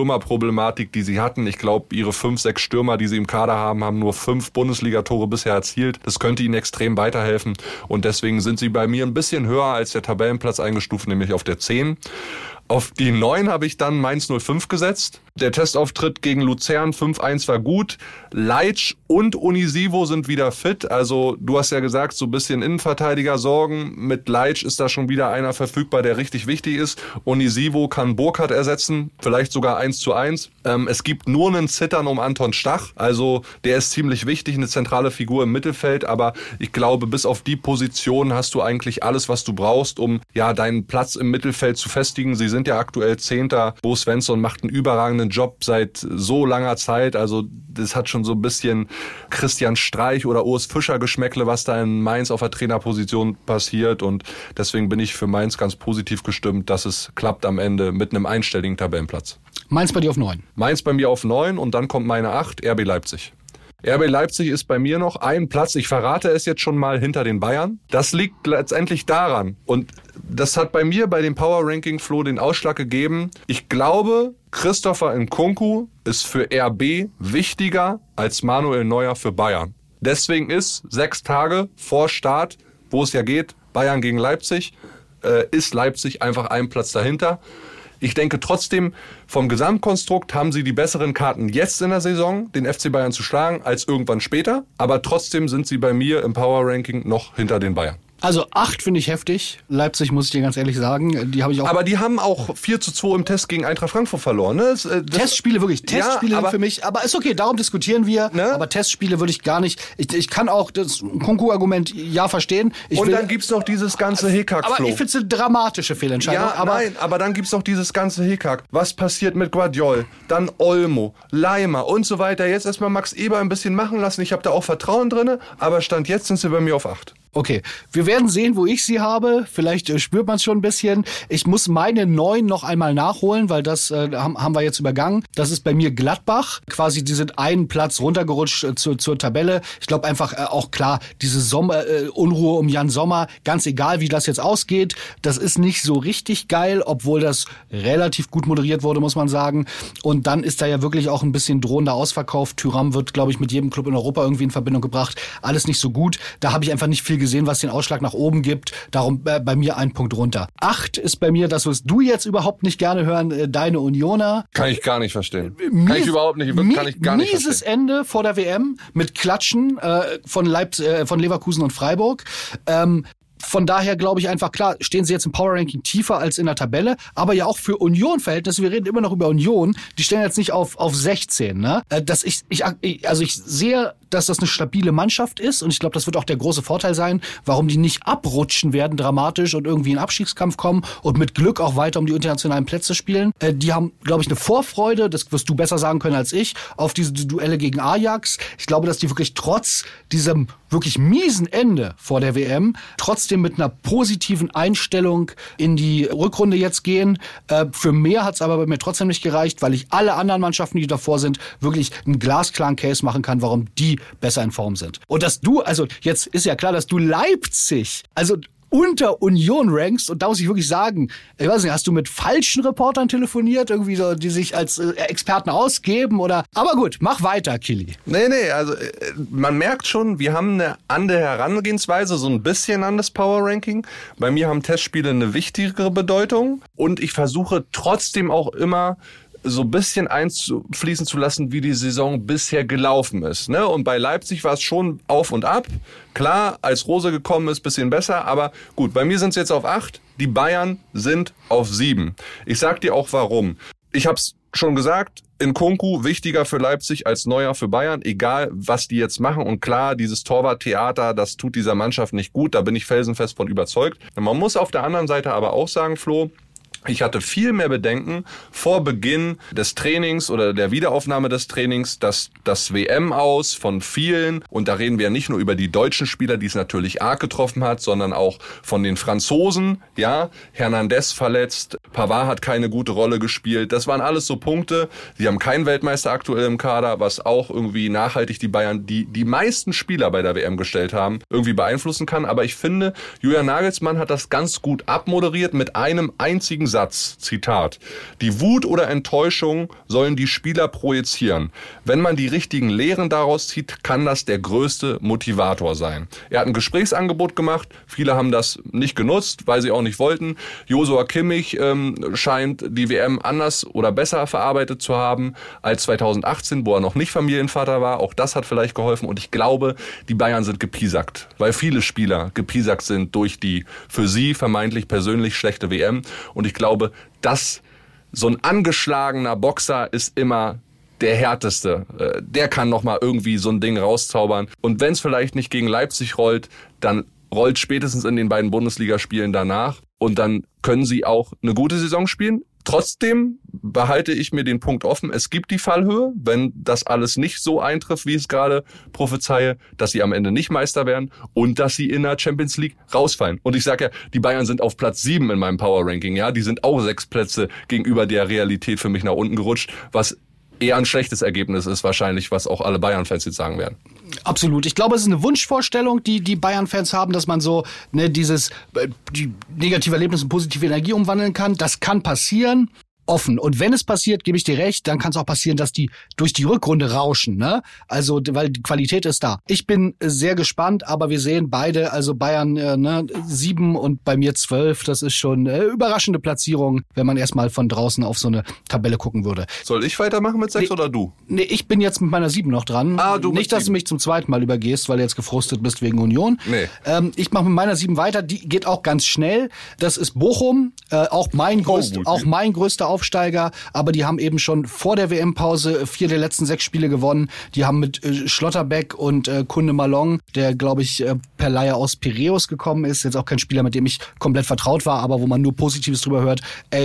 Torproblematik, die sie hatten. Ich glaube, ihre 5, 6 Stürmer, die sie im Kader haben nur 5 Bundesliga-Tore bisher erzielt. Das könnte ihnen extrem weiterhelfen. Und deswegen sind sie bei mir ein bisschen höher als der Tabellenplatz eingestuft, nämlich auf der 10. Auf die 9 habe ich dann Mainz 05 gesetzt. Der Testauftritt gegen Luzern 5-1 war gut. Leitsch und Unisivo sind wieder fit. Also du hast ja gesagt, so ein bisschen Innenverteidiger sorgen. Mit Leitsch ist da schon wieder einer verfügbar, der richtig wichtig ist. Unisivo kann Burkhardt ersetzen, vielleicht sogar 1:1. Es gibt nur einen Zittern um Anton Stach. Also der ist ziemlich wichtig, eine zentrale Figur im Mittelfeld. Aber ich glaube, bis auf die Position hast du eigentlich alles, was du brauchst, um ja deinen Platz im Mittelfeld zu festigen. Sie sind ja aktuell 10. Bo Svensson macht einen überragenden Job seit so langer Zeit. Also das hat schon so ein bisschen Christian Streich oder Urs Fischer Geschmäckle, was da in Mainz auf der Trainerposition passiert. Und deswegen bin ich für Mainz ganz positiv gestimmt, dass es klappt am Ende mit einem einstelligen Tabellenplatz. Mainz bei dir auf 9? Mainz bei mir auf 9 und dann kommt meine 8, RB Leipzig. RB Leipzig ist bei mir noch ein Platz, ich verrate es jetzt schon mal, hinter den Bayern. Das liegt letztendlich daran und das hat bei mir bei dem Power Ranking Flo den Ausschlag gegeben. Ich glaube, Christopher Nkunku ist für RB wichtiger als Manuel Neuer für Bayern. Deswegen ist 6 Tage vor Start, wo es ja geht, Bayern gegen Leipzig, ist Leipzig einfach einen Platz dahinter. Ich denke trotzdem, vom Gesamtkonstrukt haben sie die besseren Karten jetzt in der Saison, den FC Bayern zu schlagen, als irgendwann später. Aber trotzdem sind sie bei mir im Power-Ranking noch hinter den Bayern. Also 8 finde ich heftig. Leipzig, muss ich dir ganz ehrlich sagen, die habe ich auch. Aber die haben auch 4:2 im Test gegen Eintracht Frankfurt verloren. Ne? Testspiele wirklich. Testspiele ja, sind für mich. Aber ist okay, darum diskutieren wir. Ne? Aber Testspiele würde ich gar nicht. Ich kann auch das Kunku-Argument ja verstehen. Dann gibt's noch dieses ganze Hickhack, aber Flo. ich finde es eine dramatische Fehlentscheidung. Ja, aber dann gibt's noch dieses ganze Hickhack. Was passiert mit Guardiol? Dann Olmo, Leimer und so weiter. Jetzt erstmal Max Eber ein bisschen machen lassen. Ich habe da auch Vertrauen drin. Aber Stand jetzt sind sie bei mir auf 8. Okay, wir werden sehen, wo ich sie habe. Vielleicht spürt man es schon ein bisschen. Ich muss meine 9 noch einmal nachholen, weil das haben wir jetzt übergangen. Das ist bei mir Gladbach. Quasi, die sind einen Platz runtergerutscht zur Tabelle. Ich glaube einfach auch klar, diese Unruhe um Jan Sommer, ganz egal, wie das jetzt ausgeht, das ist nicht so richtig geil, obwohl das relativ gut moderiert wurde, muss man sagen. Und dann ist da ja wirklich auch ein bisschen drohender Ausverkauf. Thuram wird, glaube ich, mit jedem Club in Europa irgendwie in Verbindung gebracht. Alles nicht so gut. Da habe ich einfach nicht viel gesehen, was den Ausschlag nach oben gibt. Darum bei mir ein Punkt runter. 8 ist bei mir, das wirst du jetzt überhaupt nicht gerne hören, deine Unioner. Kann ich gar nicht verstehen. Kann ich überhaupt nicht. Kann ich gar nicht verstehen. Mieses Ende vor der WM mit Klatschen von Leverkusen und Freiburg. Von daher glaube ich einfach, klar, stehen sie jetzt im Power-Ranking tiefer als in der Tabelle, aber ja auch für Union-Verhältnisse, wir reden immer noch über Union, die stehen jetzt nicht auf 16. Ne? Ich sehe, dass das eine stabile Mannschaft ist und ich glaube, das wird auch der große Vorteil sein, warum die nicht abrutschen werden dramatisch und irgendwie in den Abstiegskampf kommen und mit Glück auch weiter um die internationalen Plätze spielen. Die haben, glaube ich, eine Vorfreude, das wirst du besser sagen können als ich, auf diese Duelle gegen Ajax. Ich glaube, dass die wirklich trotz diesem wirklich miesen Ende vor der WM trotzdem mit einer positiven Einstellung in die Rückrunde jetzt gehen. Für mehr hat's aber bei mir trotzdem nicht gereicht, weil ich alle anderen Mannschaften, die davor sind, wirklich einen glasklaren Case machen kann, warum die besser in Form sind. Und dass du, also jetzt ist ja klar, dass du Leipzig, also unter Union rankst, und da muss ich wirklich sagen, ich weiß nicht, hast du mit falschen Reportern telefoniert, irgendwie so, die sich als Experten ausgeben oder, aber gut, mach weiter, Kili. Nee, also man merkt schon, wir haben eine andere Herangehensweise, so ein bisschen an das Power-Ranking. Bei mir haben Testspiele eine wichtigere Bedeutung und ich versuche trotzdem auch immer so ein bisschen einfließen zu lassen, wie die Saison bisher gelaufen ist. Ne? Und bei Leipzig war es schon auf und ab. Klar, als Rose gekommen ist, bisschen besser. Aber gut, bei mir sind es jetzt auf 8. Die Bayern sind auf 7. Ich sag dir auch warum. Ich hab's schon gesagt, Nkunku wichtiger für Leipzig als Neuer für Bayern, egal was die jetzt machen. Und klar, dieses Torwarttheater, das tut dieser Mannschaft nicht gut. Da bin ich felsenfest von überzeugt. Man muss auf der anderen Seite aber auch sagen, Flo, ich hatte viel mehr Bedenken vor Beginn des Trainings oder der Wiederaufnahme des Trainings, dass das WM-Aus von vielen, und da reden wir ja nicht nur über die deutschen Spieler, die es natürlich arg getroffen hat, sondern auch von den Franzosen, ja, Hernandez verletzt, Pavard hat keine gute Rolle gespielt, das waren alles so Punkte, sie haben keinen Weltmeister aktuell im Kader, was auch irgendwie nachhaltig die Bayern, die meisten Spieler bei der WM gestellt haben, irgendwie beeinflussen kann, aber ich finde, Julian Nagelsmann hat das ganz gut abmoderiert mit einem einzigen Satz, Zitat: Die Wut oder Enttäuschung sollen die Spieler projizieren. Wenn man die richtigen Lehren daraus zieht, kann das der größte Motivator sein. Er hat ein Gesprächsangebot gemacht. Viele haben das nicht genutzt, weil sie auch nicht wollten. Joshua Kimmich scheint die WM anders oder besser verarbeitet zu haben als 2018, wo er noch nicht Familienvater war. Auch das hat vielleicht geholfen. Und ich glaube, die Bayern sind gepiesackt, weil viele Spieler gepiesackt sind durch die für sie vermeintlich persönlich schlechte WM. Und ich glaube, dass so ein angeschlagener Boxer ist immer der härteste. Der kann nochmal irgendwie so ein Ding rauszaubern. Und wenn es vielleicht nicht gegen Leipzig rollt, dann rollt spätestens in den beiden Bundesligaspielen danach. Und dann können sie auch eine gute Saison spielen. Trotzdem behalte ich mir den Punkt offen. Es gibt die Fallhöhe, wenn das alles nicht so eintrifft, wie ich es gerade prophezeie, dass sie am Ende nicht Meister werden und dass sie in der Champions League rausfallen. Und ich sage ja, die Bayern sind auf Platz 7 in meinem Power-Ranking. Ja, die sind auch 6 Plätze gegenüber der Realität für mich nach unten gerutscht, was eher ein schlechtes Ergebnis ist wahrscheinlich, was auch alle Bayern-Fans jetzt sagen werden. Absolut. Ich glaube, es ist eine Wunschvorstellung, die Bayern-Fans haben, dass man so die negative Erlebnisse in positive Energie umwandeln kann. Das kann passieren. Offen. Und wenn es passiert, gebe ich dir recht, dann kann es auch passieren, dass die durch die Rückrunde rauschen, ne? Also, weil die Qualität ist da. Ich bin sehr gespannt, aber wir sehen beide, also Bayern 7 und bei mir 12, das ist schon überraschende Platzierung, wenn man erstmal von draußen auf so eine Tabelle gucken würde. Soll ich weitermachen mit 6 oder du? Nee, ich bin jetzt mit meiner 7 noch dran. Du nicht, dass du mich zum zweiten Mal übergehst, weil du jetzt gefrustet bist wegen Union. Nee. Ich mache mit meiner 7 weiter, die geht auch ganz schnell. Das ist Bochum, auch mein größter Aufsteiger, aber die haben eben schon vor der WM-Pause 4 der letzten 6 Spiele gewonnen. Die haben mit Schlotterbeck und Kunde Malong, der, glaube ich, per Leihe aus Piräus gekommen ist, jetzt auch kein Spieler, mit dem ich komplett vertraut war, aber wo man nur Positives drüber hört,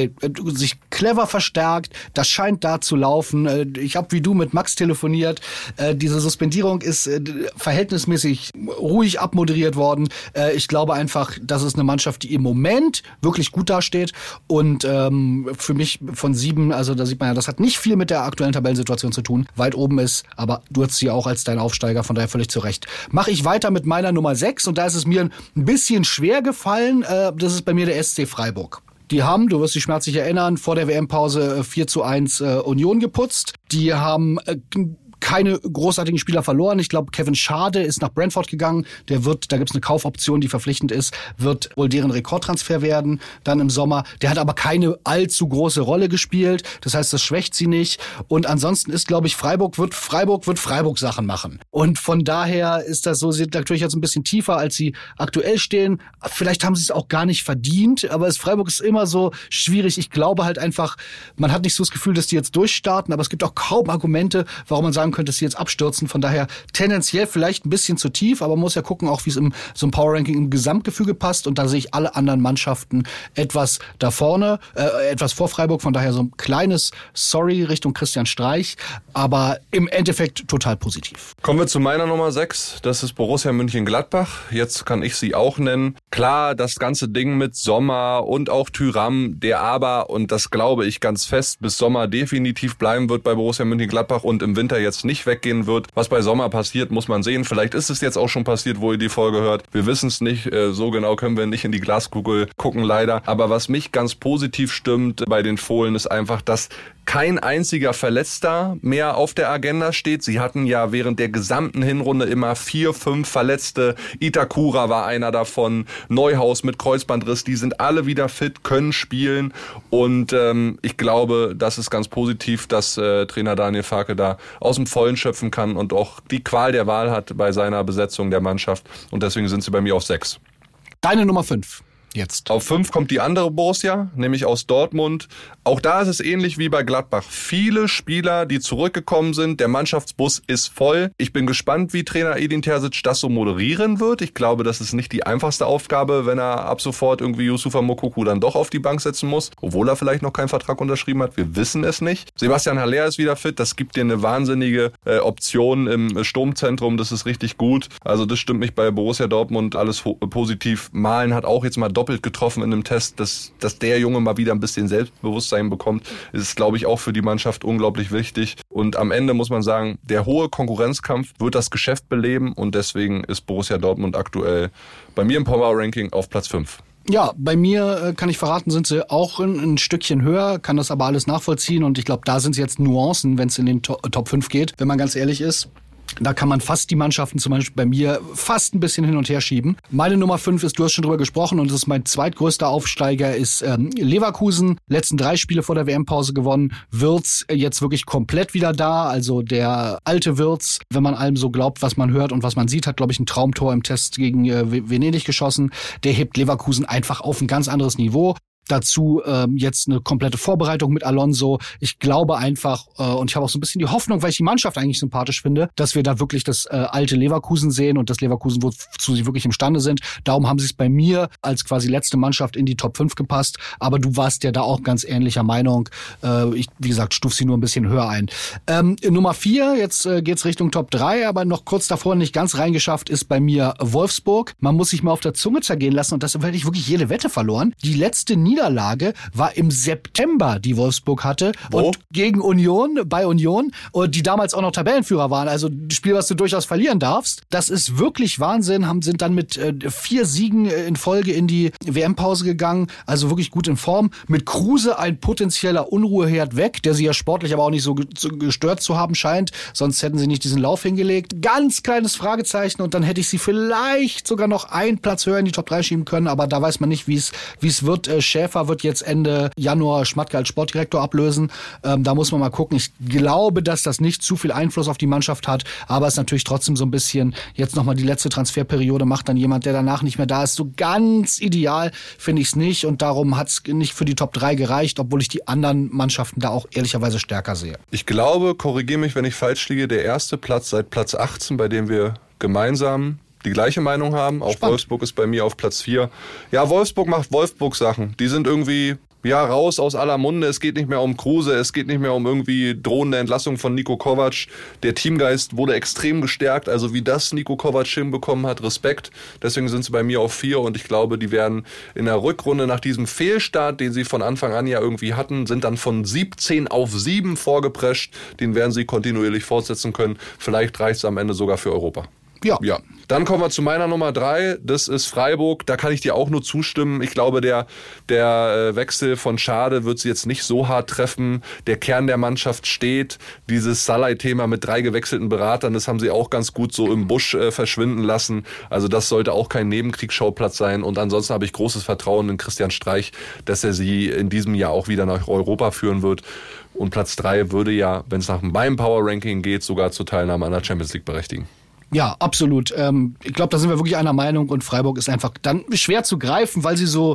sich clever verstärkt, das scheint da zu laufen. Ich habe wie du mit Max telefoniert. Diese Suspendierung ist verhältnismäßig ruhig abmoderiert worden. Ich glaube einfach, das ist eine Mannschaft, die im Moment wirklich gut dasteht und für mich von 7, also da sieht man ja, das hat nicht viel mit der aktuellen Tabellensituation zu tun, weit oben ist, aber du hast sie auch als dein Aufsteiger, von daher völlig zu Recht. Mache ich weiter mit meiner Nummer 6 und da ist es mir ein bisschen schwer gefallen, das ist bei mir der SC Freiburg. Die haben, du wirst dich schmerzlich erinnern, vor der WM-Pause 4:1 Union geputzt. Die haben keine großartigen Spieler verloren. Ich glaube, Kevin Schade ist nach Brentford gegangen. Da gibt's eine Kaufoption, die verpflichtend ist, wird wohl deren Rekordtransfer werden dann im Sommer. Der hat aber keine allzu große Rolle gespielt. Das heißt, das schwächt sie nicht. Und ansonsten ist, glaube ich, Freiburg wird Sachen machen. Und von daher ist das so, sie sind natürlich jetzt ein bisschen tiefer, als sie aktuell stehen. Vielleicht haben sie es auch gar nicht verdient, aber Freiburg ist immer so schwierig. Ich glaube halt einfach, man hat nicht so das Gefühl, dass die jetzt durchstarten, aber es gibt auch kaum Argumente, warum man sagen könnte, dass sie jetzt abstürzen. Von daher tendenziell vielleicht ein bisschen zu tief, aber man muss ja gucken, auch wie es so ein Power-Ranking im Gesamtgefüge passt. Und da sehe ich alle anderen Mannschaften etwas da vorne, etwas vor Freiburg. Von daher so ein kleines Sorry Richtung Christian Streich, aber im Endeffekt total positiv. Kommen wir zu meiner Nummer 6. Das ist Borussia Mönchengladbach. Jetzt kann ich sie auch nennen. Klar, das ganze Ding mit Sommer und auch Thuram, der aber, und das glaube ich ganz fest, bis Sommer definitiv bleiben wird bei Borussia Mönchengladbach und im Winter jetzt nicht weggehen wird. Was bei Sommer passiert, muss man sehen. Vielleicht ist es jetzt auch schon passiert, wo ihr die Folge hört. Wir wissen es nicht. So genau können wir nicht in die Glaskugel gucken, leider. Aber was mich ganz positiv stimmt bei den Fohlen ist einfach, dass kein einziger Verletzter mehr auf der Agenda steht. Sie hatten ja während der gesamten Hinrunde immer 4, 5 Verletzte. Itakura war einer davon. Neuhaus mit Kreuzbandriss. Die sind alle wieder fit, können spielen. Und ich glaube, das ist ganz positiv, dass Trainer Daniel Farke da aus dem Vollen schöpfen kann und auch die Qual der Wahl hat bei seiner Besetzung der Mannschaft. Und deswegen sind sie bei mir auf 6. Deine Nummer 5. Jetzt. Auf 5 kommt die andere Borussia, nämlich aus Dortmund. Auch da ist es ähnlich wie bei Gladbach. Viele Spieler, die zurückgekommen sind. Der Mannschaftsbus ist voll. Ich bin gespannt, wie Trainer Edin Terzic das so moderieren wird. Ich glaube, das ist nicht die einfachste Aufgabe, wenn er ab sofort irgendwie Youssoufa Moukoko dann doch auf die Bank setzen muss. Obwohl er vielleicht noch keinen Vertrag unterschrieben hat. Wir wissen es nicht. Sebastian Haller ist wieder fit. Das gibt dir eine wahnsinnige Option im Sturmzentrum. Das ist richtig gut. Also das stimmt mich bei Borussia Dortmund alles positiv. Malen hat auch jetzt mal doppelt getroffen in einem Test, dass der Junge mal wieder ein bisschen Selbstbewusstsein bekommt, ist, glaube ich, auch für die Mannschaft unglaublich wichtig. Und am Ende muss man sagen, der hohe Konkurrenzkampf wird das Geschäft beleben und deswegen ist Borussia Dortmund aktuell bei mir im Power-Ranking auf Platz 5. Ja, bei mir kann ich verraten, sind sie auch ein Stückchen höher, kann das aber alles nachvollziehen und ich glaube, da sind es jetzt Nuancen, wenn es in den Top 5 geht, wenn man ganz ehrlich ist. Da kann man fast die Mannschaften zum Beispiel bei mir fast ein bisschen hin und her schieben. Meine Nummer 5 ist, du hast schon drüber gesprochen, und das ist mein zweitgrößter Aufsteiger, ist Leverkusen. Letzten 3 Spiele vor der WM-Pause gewonnen. Wirtz jetzt wirklich komplett wieder da. Also der alte Wirtz, wenn man allem so glaubt, was man hört und was man sieht, hat, glaube ich, ein Traumtor im Test gegen Venedig geschossen. Der hebt Leverkusen einfach auf ein ganz anderes Niveau. Dazu jetzt eine komplette Vorbereitung mit Alonso. Ich glaube einfach, und ich habe auch so ein bisschen die Hoffnung, weil ich die Mannschaft eigentlich sympathisch finde, dass wir da wirklich das alte Leverkusen sehen und das Leverkusen, wozu sie wirklich imstande sind. Darum haben sie es bei mir als quasi letzte Mannschaft in die Top 5 gepasst. Aber du warst ja da auch ganz ähnlicher Meinung. Ich, wie gesagt, stufe sie nur ein bisschen höher ein. Nummer 4, jetzt geht's Richtung Top 3, aber noch kurz davor nicht ganz reingeschafft, ist bei mir Wolfsburg. Man muss sich mal auf der Zunge zergehen lassen und das hätte ich wirklich jede Wette verloren. Die letzte Niederlage war im September, die Wolfsburg hatte. Und gegen Union, bei Union, und die damals auch noch Tabellenführer waren. Also ein Spiel, was du durchaus verlieren darfst. Das ist wirklich Wahnsinn. Sind dann mit 4 Siegen in Folge in die WM-Pause gegangen. Also wirklich gut in Form. Mit Kruse ein potenzieller Unruheherd weg, der sie ja sportlich aber auch nicht so gestört zu haben scheint. Sonst hätten sie nicht diesen Lauf hingelegt. Ganz kleines Fragezeichen und dann hätte ich sie vielleicht sogar noch einen Platz höher in die Top 3 schieben können. Aber da weiß man nicht, wie es wird. Schäfer wird jetzt Ende Januar Schmatke als Sportdirektor ablösen. Da muss man mal gucken. Ich glaube, dass das nicht zu viel Einfluss auf die Mannschaft hat, aber es ist natürlich trotzdem so ein bisschen, jetzt nochmal die letzte Transferperiode macht dann jemand, der danach nicht mehr da ist. So ganz ideal finde ich es nicht und darum hat es nicht für die Top 3 gereicht, obwohl ich die anderen Mannschaften da auch ehrlicherweise stärker sehe. Ich glaube, korrigiere mich, wenn ich falsch liege, der erste Platz seit Platz 18, bei dem wir gemeinsam die gleiche Meinung haben. Auch spannend. Wolfsburg ist bei mir auf Platz 4. Ja, Wolfsburg macht Wolfsburg-Sachen. Die sind irgendwie raus aus aller Munde. Es geht nicht mehr um Kruse, es geht nicht mehr um irgendwie drohende Entlassung von Niko Kovac. Der Teamgeist wurde extrem gestärkt. Also wie das Niko Kovac hinbekommen hat, Respekt. Deswegen sind sie bei mir auf 4 und ich glaube, die werden in der Rückrunde nach diesem Fehlstart, den sie von Anfang an ja irgendwie hatten, sind dann von 17 auf 7 vorgeprescht. Den werden sie kontinuierlich fortsetzen können. Vielleicht reicht es am Ende sogar für Europa. Ja. Dann kommen wir zu meiner Nummer 3. Das ist Freiburg. Da kann ich dir auch nur zustimmen. Ich glaube, der Wechsel von Schade wird sie jetzt nicht so hart treffen. Der Kern der Mannschaft steht. Dieses Salai-Thema mit 3 gewechselten Beratern, das haben sie auch ganz gut so im Busch verschwinden lassen. Also das sollte auch kein Nebenkriegsschauplatz sein. Und ansonsten habe ich großes Vertrauen in Christian Streich, dass er sie in diesem Jahr auch wieder nach Europa führen wird. Und Platz 3 würde ja, wenn es nach meinem Power-Ranking geht, sogar zur Teilnahme an der Champions League berechtigen. Ja, absolut. Ich glaube, da sind wir wirklich einer Meinung und Freiburg ist einfach dann schwer zu greifen, weil sie so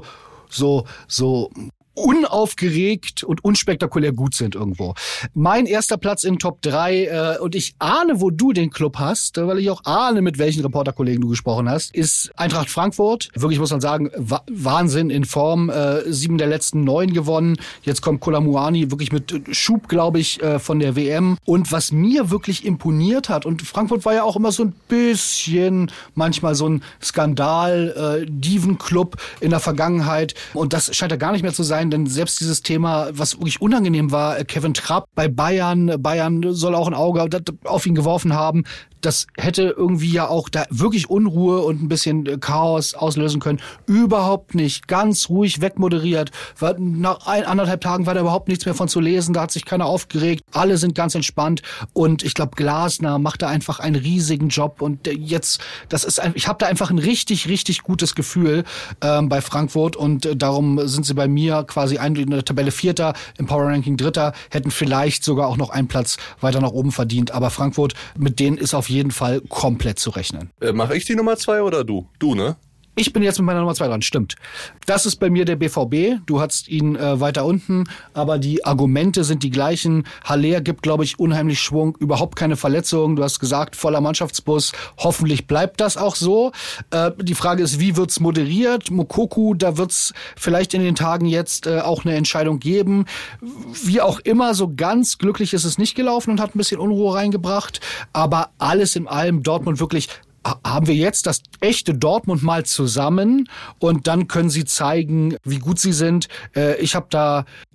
unaufgeregt und unspektakulär gut sind irgendwo. Mein erster Platz in Top 3, und ich ahne, wo du den Club hast, weil ich auch ahne, mit welchen Reporterkollegen du gesprochen hast, ist Eintracht Frankfurt. Wirklich muss man sagen, Wahnsinn in Form, 7 der letzten 9 gewonnen. Jetzt kommt Kolamuani wirklich mit Schub, glaube ich, von der WM. Und was mir wirklich imponiert hat, und Frankfurt war ja auch immer so ein bisschen manchmal so ein Skandal-Diven-Club in der Vergangenheit. Und das scheint ja gar nicht mehr zu sein, denn selbst dieses Thema, was wirklich unangenehm war, Kevin Trapp bei Bayern soll auch ein Auge auf ihn geworfen haben. Das hätte irgendwie ja auch da wirklich Unruhe und ein bisschen Chaos auslösen können. Überhaupt nicht. Ganz ruhig wegmoderiert. Nach 1,5 Tagen war da überhaupt nichts mehr von zu lesen. Da hat sich keiner aufgeregt. Alle sind ganz entspannt. Und ich glaube, Glasner macht da einfach einen riesigen Job. Und jetzt, ich habe da einfach ein richtig, richtig gutes Gefühl bei Frankfurt. Und darum sind sie bei mir quasi in der Tabelle 4., im Power Ranking 3., hätten vielleicht sogar auch noch einen Platz weiter nach oben verdient. Aber Frankfurt, mit denen ist auf jeden Fall komplett zu rechnen. Mache ich die Nummer 2 oder du? Du, ne? Ich bin jetzt mit meiner Nummer 2 dran, stimmt. Das ist bei mir der BVB. Du hattest ihn weiter unten, aber die Argumente sind die gleichen. Haller gibt, glaube ich, unheimlich Schwung, überhaupt keine Verletzungen. Du hast gesagt, voller Mannschaftsbus. Hoffentlich bleibt das auch so. Die Frage ist, wie wird's moderiert? Moukoko, da wird's vielleicht in den Tagen jetzt auch eine Entscheidung geben. Wie auch immer, so ganz glücklich ist es nicht gelaufen und hat ein bisschen Unruhe reingebracht. Aber alles in allem Dortmund wirklich. Haben wir jetzt das echte Dortmund mal zusammen und dann können sie zeigen, wie gut sie sind. Ich habe da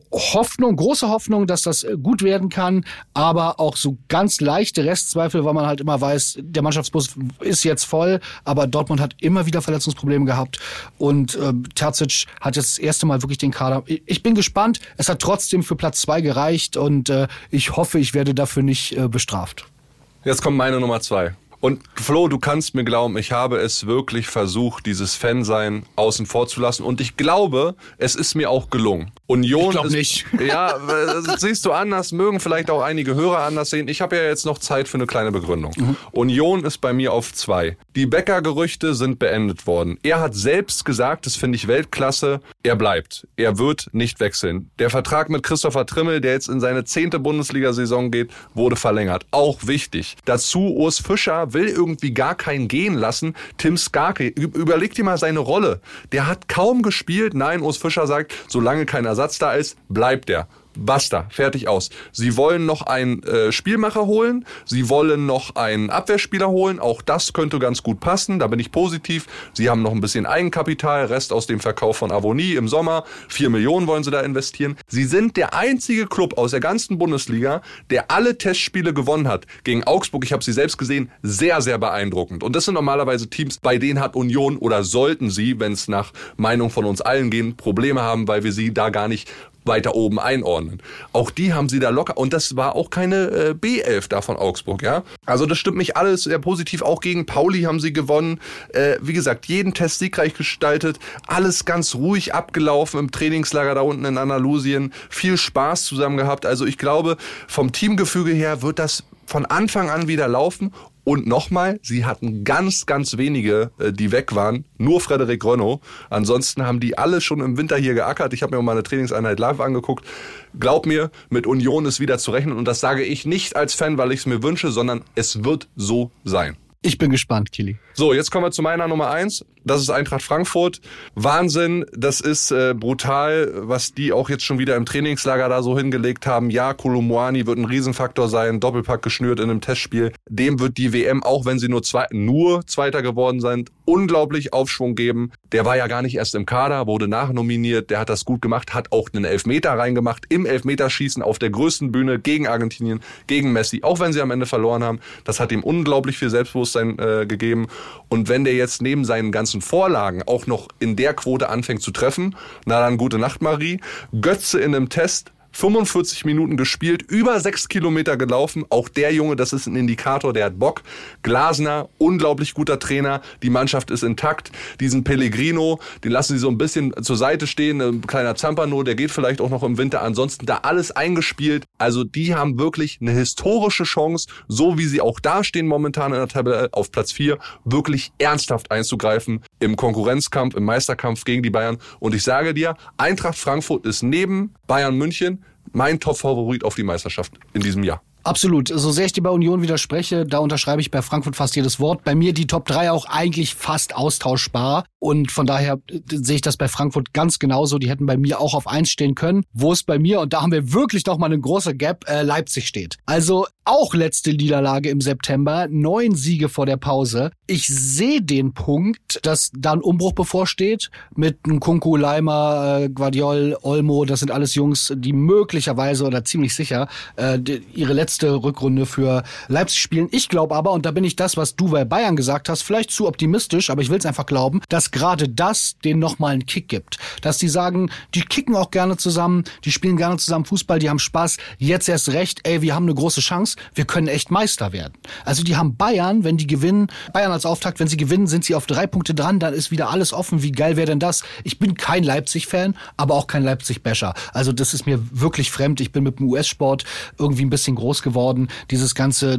große Hoffnung, dass das gut werden kann, aber auch so ganz leichte Restzweifel, weil man halt immer weiß, der Mannschaftsbus ist jetzt voll, aber Dortmund hat immer wieder Verletzungsprobleme gehabt und Terzic hat jetzt das erste Mal wirklich den Kader. Ich bin gespannt, es hat trotzdem für Platz 2 gereicht und ich hoffe, ich werde dafür nicht bestraft. Jetzt kommt meine Nummer 2. Und Flo, du kannst mir glauben, ich habe es wirklich versucht, dieses Fansein außen vor zu lassen. Und ich glaube, es ist mir auch gelungen. Union ich glaube nicht. Ja, das siehst du anders, mögen vielleicht auch einige Hörer anders sehen. Ich habe ja jetzt noch Zeit für eine kleine Begründung. Union ist bei mir auf 2. Die Becker-Gerüchte sind beendet worden. Er hat selbst gesagt, das finde ich Weltklasse, er bleibt. Er wird nicht wechseln. Der Vertrag mit Christopher Trimmel, der jetzt in seine 10. Bundesliga-Saison geht, wurde verlängert. Auch wichtig. Dazu Urs Fischer will irgendwie gar keinen gehen lassen. Tim Skarke, überleg dir mal seine Rolle. Der hat kaum gespielt. Nein, Urs Fischer sagt, solange kein Ersatz da ist, bleibt er. Basta, fertig aus. Sie wollen noch einen Spielmacher holen, sie wollen noch einen Abwehrspieler holen, auch das könnte ganz gut passen, da bin ich positiv. Sie haben noch ein bisschen Eigenkapital, Rest aus dem Verkauf von Avonie im Sommer, 4 Millionen wollen sie da investieren. Sie sind der einzige Club aus der ganzen Bundesliga, der alle Testspiele gewonnen hat. Gegen Augsburg, ich habe sie selbst gesehen, sehr, sehr beeindruckend. Und das sind normalerweise Teams, bei denen hat Union oder sollten sie, wenn es nach Meinung von uns allen gehen, Probleme haben, weil wir sie da gar nicht weiter oben einordnen. Auch die haben sie da locker. Und das war auch keine B11 da von Augsburg, ja. Also das stimmt mich alles sehr positiv. Auch gegen Pauli haben sie gewonnen. Wie gesagt, jeden Test siegreich gestaltet. Alles ganz ruhig abgelaufen im Trainingslager da unten in Andalusien. Viel Spaß zusammen gehabt. Also ich glaube, vom Teamgefüge her wird das von Anfang an wieder laufen. Und nochmal, sie hatten ganz, ganz wenige, die weg waren. Nur Frederik Rönno. Ansonsten haben die alle schon im Winter hier geackert. Ich habe mir mal eine Trainingseinheit live angeguckt. Glaub mir, mit Union ist wieder zu rechnen. Und das sage ich nicht als Fan, weil ich es mir wünsche, sondern es wird so sein. Ich bin gespannt, Kili. So, jetzt kommen wir zu meiner Nummer 1. Das ist Eintracht Frankfurt. Wahnsinn, das ist brutal, was die auch jetzt schon wieder im Trainingslager da so hingelegt haben. Ja, Kolomuani wird ein Riesenfaktor sein, Doppelpack geschnürt in einem Testspiel. Dem wird die WM, auch wenn sie nur Zweiter geworden sind, unglaublich Aufschwung geben. Der war ja gar nicht erst im Kader, wurde nachnominiert, der hat das gut gemacht, hat auch einen Elfmeter reingemacht, im Elfmeterschießen auf der größten Bühne gegen Argentinien, gegen Messi, auch wenn sie am Ende verloren haben. Das hat ihm unglaublich viel Selbstbewusstsein gegeben. Und wenn der jetzt neben seinen ganzen Vorlagen auch noch in der Quote anfängt zu treffen, na dann gute Nacht, Marie. Götze in einem Test, 45 Minuten gespielt, über 6 Kilometer gelaufen. Auch der Junge, das ist ein Indikator, der hat Bock. Glasner, unglaublich guter Trainer. Die Mannschaft ist intakt. Diesen Pellegrino, den lassen sie so ein bisschen zur Seite stehen. Ein kleiner Zampano, der geht vielleicht auch noch im Winter. Ansonsten da alles eingespielt. Also die haben wirklich eine historische Chance, so wie sie auch dastehen momentan in der Tabelle auf Platz 4, wirklich ernsthaft einzugreifen im Konkurrenzkampf, im Meisterkampf gegen die Bayern. Und ich sage dir, Eintracht Frankfurt ist neben Bayern München mein Top-Favorit auf die Meisterschaft in diesem Jahr. Absolut. So sehr ich dir bei Union widerspreche, da unterschreibe ich bei Frankfurt fast jedes Wort. Bei mir die Top 3 auch eigentlich fast austauschbar. Und von daher sehe ich das bei Frankfurt ganz genauso. Die hätten bei mir auch auf 1 stehen können. Wo es bei mir, und da haben wir wirklich noch mal eine große Gap, Leipzig steht. Also auch letzte Niederlage im September, 9 Siege vor der Pause. Ich sehe den Punkt, dass da ein Umbruch bevorsteht mit Nkunku, Leimer, Guardiol, Olmo. Das sind alles Jungs, die möglicherweise oder ziemlich sicher ihre letzte Rückrunde für Leipzig spielen. Ich glaube aber, und da bin ich das, was du bei Bayern gesagt hast, vielleicht zu optimistisch, aber ich will es einfach glauben, dass gerade das denen nochmal einen Kick gibt. Dass die sagen, die kicken auch gerne zusammen, die spielen gerne zusammen Fußball, die haben Spaß, jetzt erst recht, wir haben eine große Chance, wir können echt Meister werden. Also die haben Bayern, wenn die gewinnen, Bayern als Auftakt, wenn sie gewinnen, sind sie auf 3 Punkte dran, dann ist wieder alles offen. Wie geil wäre denn das? Ich bin kein Leipzig-Fan, aber auch kein Leipzig-Basher. Also das ist mir wirklich fremd. Ich bin mit dem US-Sport irgendwie ein bisschen groß geworden. Dieses ganze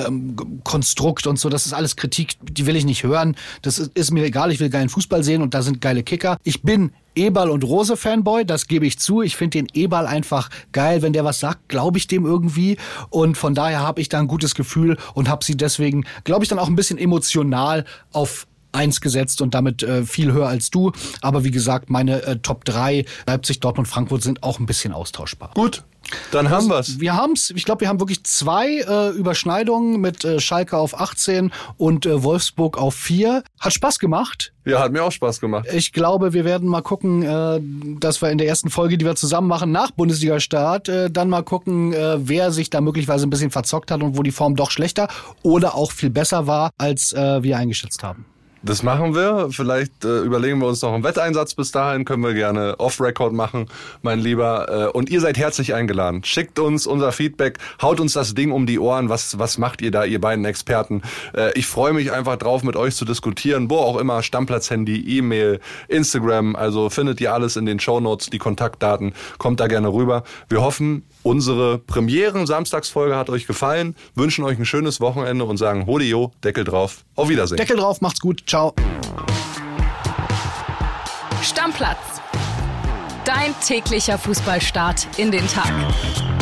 Konstrukt und so, das ist alles Kritik, die will ich nicht hören. Das ist mir egal, ich will geilen Fußball sehen und da sind geile Kicker. Ich bin Eberl und Rose Fanboy, das gebe ich zu. Ich finde den Eberl einfach geil. Wenn der was sagt, glaube ich dem irgendwie. Und von daher habe ich da ein gutes Gefühl und habe sie deswegen, glaube ich, dann auch ein bisschen emotional auf 1 gesetzt und damit viel höher als du. Aber wie gesagt, meine Top 3, Leipzig, Dortmund, Frankfurt, sind auch ein bisschen austauschbar. Gut. Dann haben wir's. Ich glaube, wir haben wirklich 2 Überschneidungen mit Schalke auf 18 und Wolfsburg auf 4. Hat Spaß gemacht. Ja, hat mir auch Spaß gemacht. Ich glaube, wir werden mal gucken, dass wir in der ersten Folge, die wir zusammen machen, nach Bundesliga-Start, dann mal gucken, wer sich da möglicherweise ein bisschen verzockt hat und wo die Form doch schlechter oder auch viel besser war, als wir eingeschätzt haben. Das machen wir. Vielleicht überlegen wir uns noch einen Wetteinsatz bis dahin. Können wir gerne off-Record machen, mein Lieber. Und ihr seid herzlich eingeladen. Schickt uns unser Feedback. Haut uns das Ding um die Ohren. Was macht ihr da, ihr beiden Experten? Ich freue mich einfach drauf, mit euch zu diskutieren. Wo auch immer. Stammplatz-Handy, E-Mail, Instagram. Also findet ihr alles in den Shownotes, die Kontaktdaten. Kommt da gerne rüber. Wir hoffen, unsere Premieren-Samstagsfolge hat euch gefallen. Wünschen euch ein schönes Wochenende und sagen Holio, Deckel drauf. Auf Wiedersehen. Deckel drauf, macht's gut. Ciao. Stammplatz. Dein täglicher Fußballstart in den Tag.